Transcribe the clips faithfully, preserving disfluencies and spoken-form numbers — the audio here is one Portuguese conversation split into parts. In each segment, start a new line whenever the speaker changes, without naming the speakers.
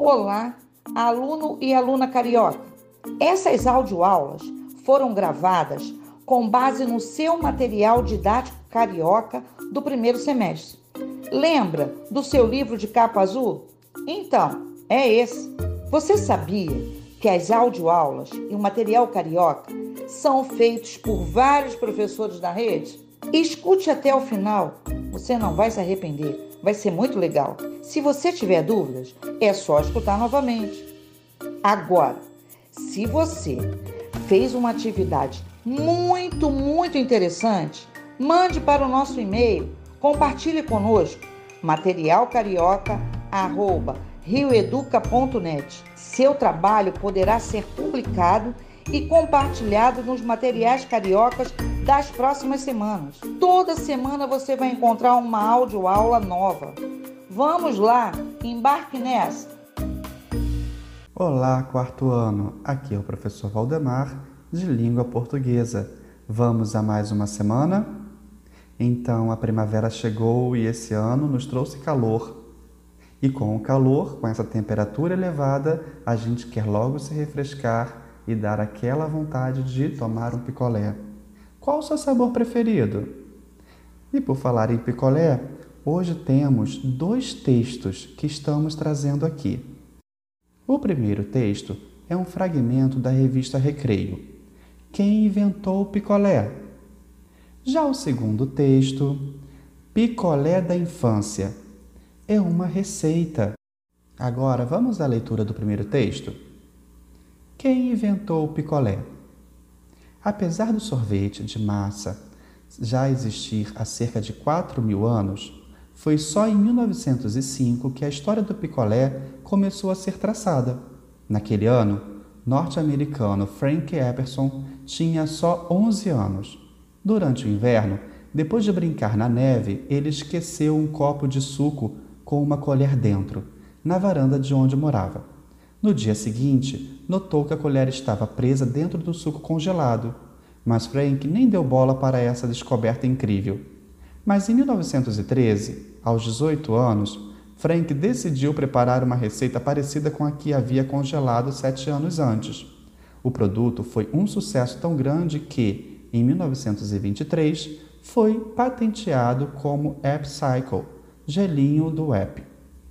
Olá, aluno e aluna carioca. Essas audioaulas foram gravadas com base no seu material didático carioca do primeiro semestre. Lembra do seu livro de capa azul? Então, é esse. Você sabia que as audioaulas e o material carioca são feitos por vários professores da rede? Escute até o final, você não vai se arrepender. Vai ser muito legal. Se você tiver dúvidas, é só escutar novamente. Agora, se você fez uma atividade muito, muito interessante, mande para o nosso e-mail, compartilhe conosco, materialcarioca arroba rioeduca ponto net. Seu trabalho poderá ser publicado e compartilhado nos materiais cariocas das próximas semanas. Toda semana você vai encontrar uma audioaula nova. Vamos lá, embarque nessa!
Olá, quarto ano. Aqui é o professor Valdemar, de Língua Portuguesa. Vamos a mais uma semana? Então, a primavera chegou e esse ano nos trouxe calor. E com o calor, com essa temperatura elevada, a gente quer logo se refrescar e dar aquela vontade de tomar um picolé. Qual o seu sabor preferido? E por falar em picolé, hoje temos dois textos que estamos trazendo aqui. O primeiro texto é um fragmento da revista Recreio. Quem inventou o picolé? Já o segundo texto, Picolé da Infância, é uma receita. Agora vamos à leitura do primeiro texto. Quem inventou o picolé? Apesar do sorvete de massa já existir há cerca de quatro mil anos, foi só em mil novecentos e cinco que a história do picolé começou a ser traçada. Naquele ano, o norte-americano Frank Emerson tinha só onze anos. Durante o inverno, depois de brincar na neve, ele esqueceu um copo de suco com uma colher dentro, na varanda de onde morava. No dia seguinte, notou que a colher estava presa dentro do suco congelado, mas Frank nem deu bola para essa descoberta incrível. Mas em mil novecentos e treze, aos dezoito anos, Frank decidiu preparar uma receita parecida com a que havia congelado sete anos antes. O produto foi um sucesso tão grande que, em mil novecentos e vinte e três, foi patenteado como Epcycle, gelinho do Ep.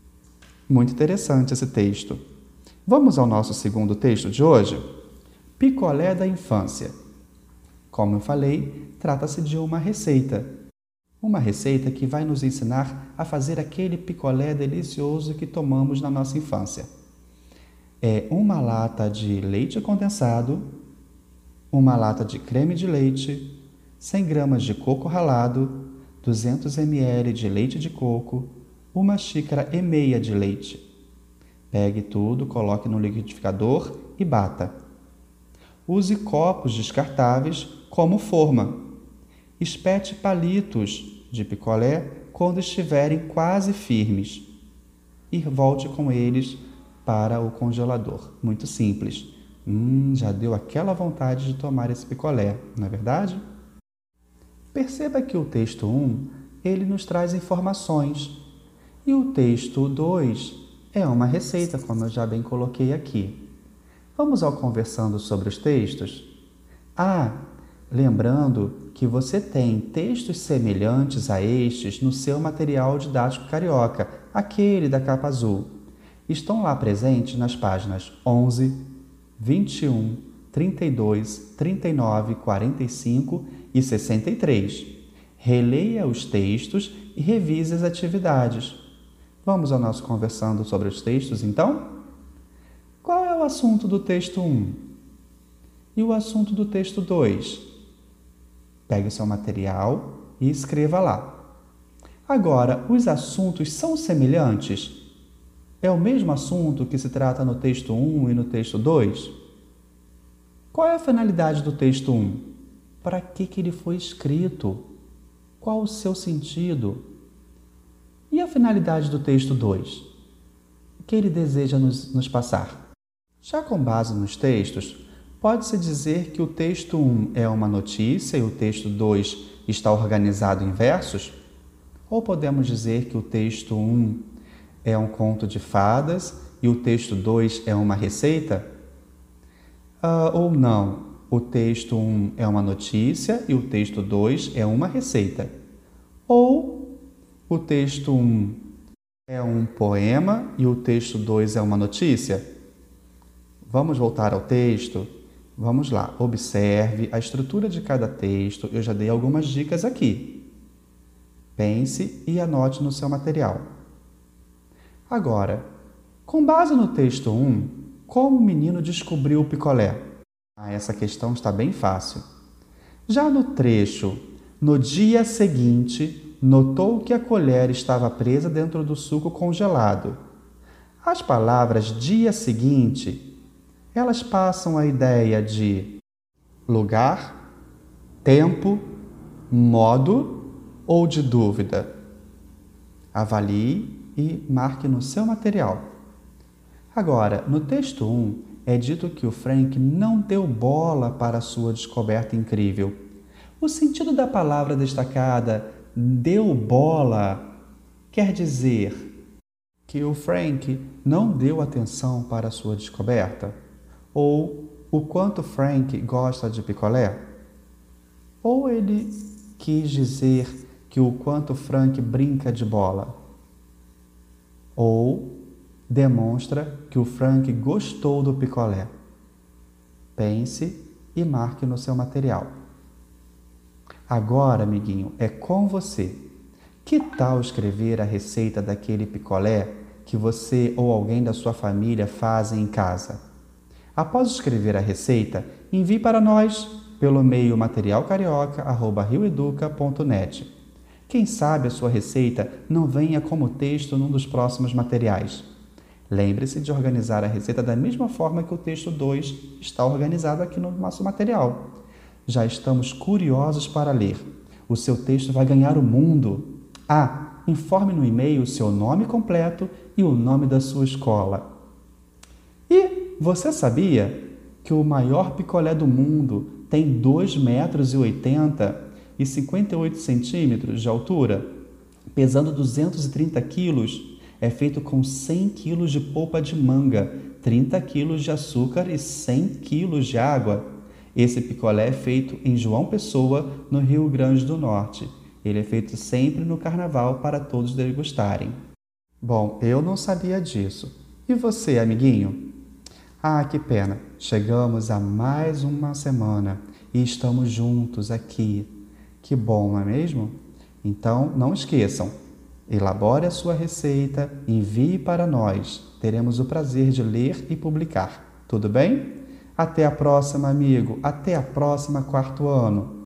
Muito interessante esse texto. Vamos ao nosso segundo texto de hoje? Picolé da Infância. Como eu falei, trata-se de uma receita. Uma receita que vai nos ensinar a fazer aquele picolé delicioso que tomamos na nossa infância. É uma lata de leite condensado, uma lata de creme de leite, cem gramas de coco ralado, duzentos mililitros de leite de coco, uma xícara e meia de leite. Pegue tudo, coloque no liquidificador e bata. Use copos descartáveis como forma. Espete palitos de picolé quando estiverem quase firmes e volte com eles para o congelador. Muito simples. Hum, já deu aquela vontade de tomar esse picolé, não é verdade? Perceba que o texto um, ele nos traz informações e o texto dois é uma receita, como eu já bem coloquei aqui. Vamos ao conversando sobre os textos? Ah, lembrando que você tem textos semelhantes a estes no seu material didático carioca, aquele da capa azul. Estão lá presentes nas páginas onze, vinte e um, trinta e dois, trinta e nove, quarenta e cinco e sessenta e três. Releia os textos e revise as atividades. Vamos ao nosso conversando sobre os textos, então? Qual é o assunto do texto um? E o assunto do texto dois? Pegue o seu material e escreva lá. Agora, os assuntos são semelhantes? É o mesmo assunto que se trata no texto um e no texto dois? Qual é a finalidade do texto um? Para que, que ele foi escrito? Qual o seu sentido? E a finalidade do texto dois? O que ele deseja nos, nos passar? Já com base nos textos, pode-se dizer que o texto um é uma notícia e o texto dois está organizado em versos? Ou podemos dizer que o texto um é um conto de fadas e o texto dois é uma receita? Ah, ou não, o texto um é uma notícia e o texto dois é uma receita? Ou o texto um é um poema e o texto dois é uma notícia? Vamos voltar ao texto? Vamos lá, observe a estrutura de cada texto. Eu já dei algumas dicas aqui. Pense e anote no seu material. Agora, com base no texto um, como o menino descobriu o picolé? Ah, essa questão está bem fácil. Já no trecho, no dia seguinte, notou que a colher estava presa dentro do suco congelado. As palavras dia seguinte, elas passam a ideia de lugar, tempo, modo ou de dúvida? Avalie e marque no seu material. Agora, no texto um, é dito que o Frank não deu bola para a sua descoberta incrível. O sentido da palavra destacada, deu bola, quer dizer que o Frank não deu atenção para a sua descoberta? Ou o quanto Frank gosta de picolé? Ou ele quis dizer que o quanto Frank brinca de bola? Ou demonstra que o Frank gostou do picolé? Pense e marque no seu material. Agora, amiguinho, é com você. Que tal escrever a receita daquele picolé que você ou alguém da sua família fazem em casa? Após escrever a receita, envie para nós pelo e-mail material carioca arroba rio educa ponto net. Quem sabe a sua receita não venha como texto num dos próximos materiais. Lembre-se de organizar a receita da mesma forma que o texto dois está organizado aqui no nosso material. Já estamos curiosos para ler. O seu texto vai ganhar o mundo. Ah, informe no e-mail o seu nome completo e o nome da sua escola. E você sabia que o maior picolé do mundo tem dois metros e oitenta e cinquenta e oito centímetros de altura, pesando duzentos e trinta quilos? É feito com cem quilos de polpa de manga, trinta quilos de açúcar e cem quilos de água. Esse picolé é feito em João Pessoa, no Rio Grande do Norte. Ele é feito sempre no carnaval para todos degustarem. Bom, eu não sabia disso. E você, amiguinho? Ah, que pena! Chegamos a mais uma semana e estamos juntos aqui. Que bom, não é mesmo? Então, não esqueçam. Elabore a sua receita, envie para nós. Teremos o prazer de ler e publicar. Tudo bem? Até a próxima, amigo. Até a próxima, quarto ano.